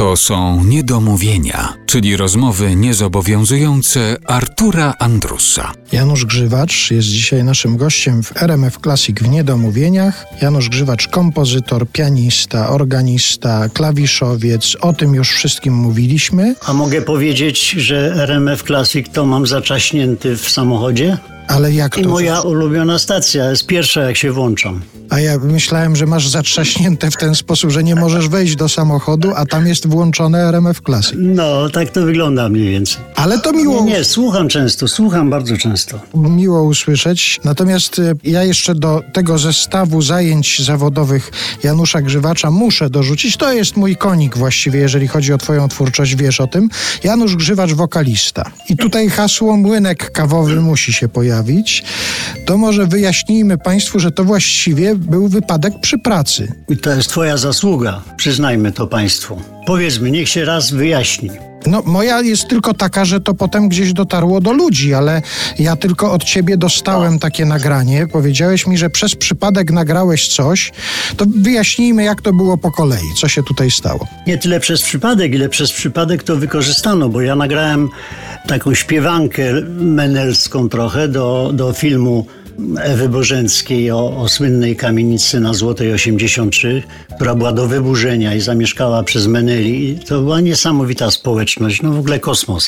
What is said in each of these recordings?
To są niedomówienia, czyli rozmowy niezobowiązujące Artura Andrusa. Janusz Grzywacz jest dzisiaj naszym gościem w RMF Classic w Niedomówieniach. Janusz Grzywacz, kompozytor, pianista, organista, klawiszowiec. O tym już wszystkim mówiliśmy. A mogę powiedzieć, że RMF Classic to mam zaczaśnięty w samochodzie? Ale jak to? I moja ulubiona stacja jest pierwsza, jak się włączam. A ja myślałem, że masz zatrzaśnięte w ten sposób, że nie możesz wejść do samochodu, a tam jest włączone RMF Classic. No, tak to wygląda mniej więcej. Ale to miło. Nie, słucham bardzo często. Miło usłyszeć. Natomiast ja jeszcze do tego zestawu zajęć zawodowych Janusza Grzywacza muszę dorzucić. To jest mój konik właściwie, jeżeli chodzi o twoją twórczość, wiesz o tym. Janusz Grzywacz, wokalista. I tutaj hasło młynek kawowy musi się pojawić. To może wyjaśnijmy państwu, że to właściwie był wypadek przy pracy. I to jest twoja zasługa, przyznajmy to państwu. Powiedzmy, niech się raz wyjaśni. No, moja jest tylko taka, że to potem gdzieś dotarło do ludzi, ale ja tylko od ciebie dostałem takie nagranie. Powiedziałeś mi, że przez przypadek nagrałeś coś. To wyjaśnijmy, jak to było po kolei. Co się tutaj stało? Nie tyle przez przypadek, ile przez przypadek to wykorzystano, bo ja nagrałem taką śpiewankę menelską trochę do filmu Ewy Bożenckiej o słynnej kamienicy na Złotej 83, która była do wyburzenia i zamieszkała przez Meneli. I to była niesamowita społeczność, no w ogóle kosmos.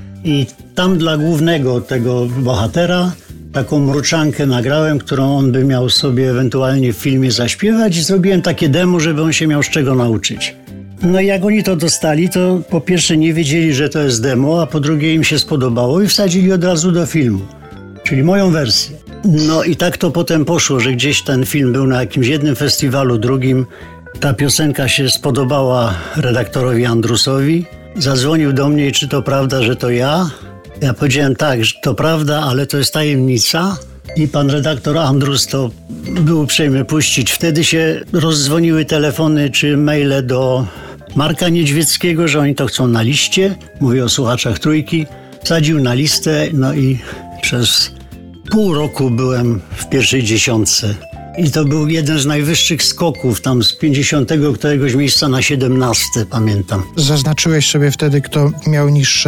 I tam dla głównego tego bohatera taką mruczankę nagrałem, którą on by miał sobie ewentualnie w filmie zaśpiewać i zrobiłem takie demo, żeby on się miał z czego nauczyć. No i jak oni to dostali, to po pierwsze nie wiedzieli, że to jest demo, a po drugie im się spodobało i wsadzili od razu do filmu, czyli moją wersję. No i tak to potem poszło, że gdzieś ten film był na jakimś jednym festiwalu, drugim. Ta piosenka się spodobała redaktorowi Andrusowi. Zadzwonił do mnie, czy to prawda, że to ja? Ja powiedziałem tak, że to prawda, ale to jest tajemnica. I pan redaktor Andrus to był uprzejmy puścić. Wtedy się rozdzwoniły telefony czy maile do Marka Niedźwieckiego, że oni to chcą na liście. Mówię o słuchaczach Trójki. Wsadził na listę, no i przez pół roku byłem w pierwszej dziesiątce. I to był jeden z najwyższych skoków, tam z 50 któregoś miejsca na 17, pamiętam. Zaznaczyłeś sobie wtedy, kto miał niższe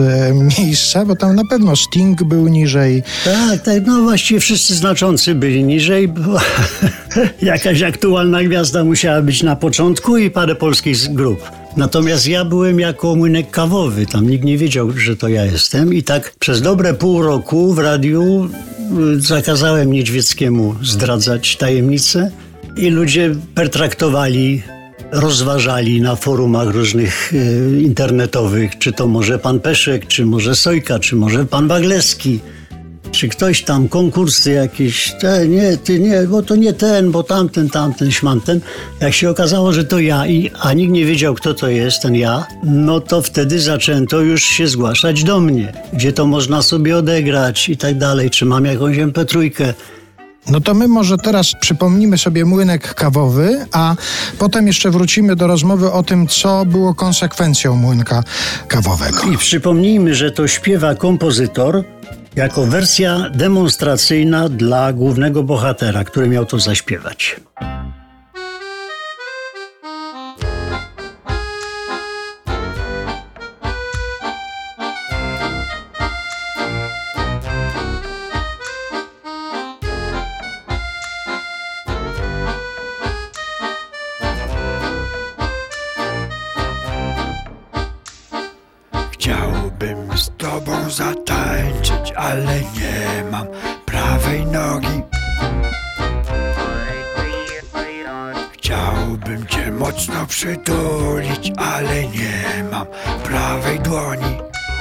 miejsca, bo tam na pewno Sting był niżej. Tak, no właściwie wszyscy znaczący byli niżej, bo jakaś aktualna gwiazda musiała być na początku i parę polskich grup. Natomiast ja byłem jako młynek kawowy, tam nikt nie wiedział, że to ja jestem i tak przez dobre pół roku w radiu zakazałem Niedźwieckiemu zdradzać tajemnice i ludzie pertraktowali, rozważali na forumach różnych internetowych, czy to może pan Peszek, czy może Sojka, czy może pan Wagleski, czy ktoś tam, konkursy jakieś, ty nie, bo to nie ten, bo tamten, śmamten. Jak się okazało, że to ja, a nikt nie wiedział, kto to jest, ten ja, no to wtedy zaczęto już się zgłaszać do mnie, gdzie to można sobie odegrać i tak dalej, czy mam jakąś MP3. No to my może teraz przypomnimy sobie młynek kawowy, a potem jeszcze wrócimy do rozmowy o tym, co było konsekwencją młynka kawowego. I przypomnijmy, że to śpiewa kompozytor jako wersja demonstracyjna dla głównego bohatera, który miał to zaśpiewać. Chciałbym z tobą zatańczyć, ale nie mam prawej nogi. Chciałbym cię mocno przytulić, ale nie mam prawej dłoni.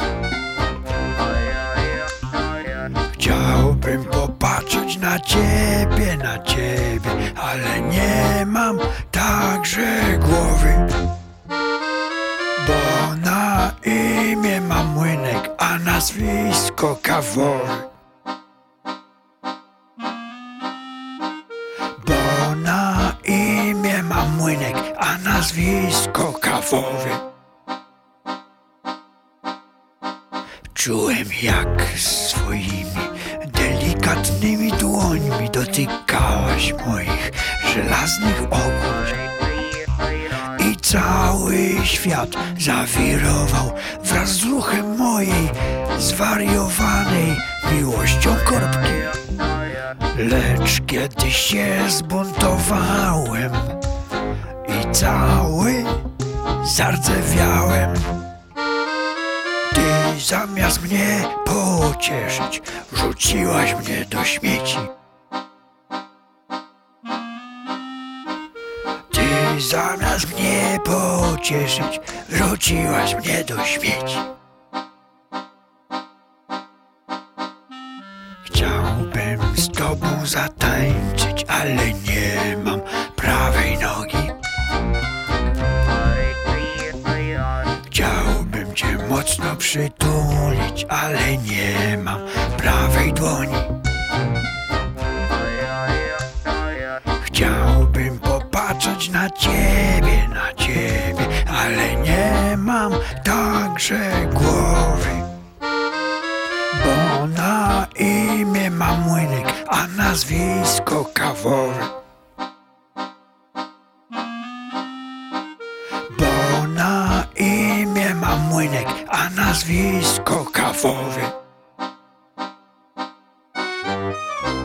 Chciałbym popatrzeć na ciebie, ale nie mam także głowy. Bo na imię mam młynek, a nazwisko kawowy. Bo na imię mam młynek, a nazwisko kawowy. Czułem, jak swoimi delikatnymi dłońmi dotykałaś moich żelaznych ogórz. I cały świat zawirował wraz z ruchem mojej zwariowanej miłością korbki. Lecz kiedy się zbuntowałem i cały zardzewiałem, ty zamiast mnie pocieszyć, wrzuciłaś mnie do śmieci. Ty zamiast mnie pocieszyć, wrzuciłaś mnie do śmieci. Chciałbym z tobą zatańczyć, ale nie mam prawej nogi. Chciałbym cię mocno przytulić, ale nie mam prawej dłoni. Chciałbym popatrzeć na ciebie, ale nie mam także głowy. Bo na imię mam Młynek, a nazwisko Kawowy. Bo na imię mam Młynek, a nazwisko Kawowy.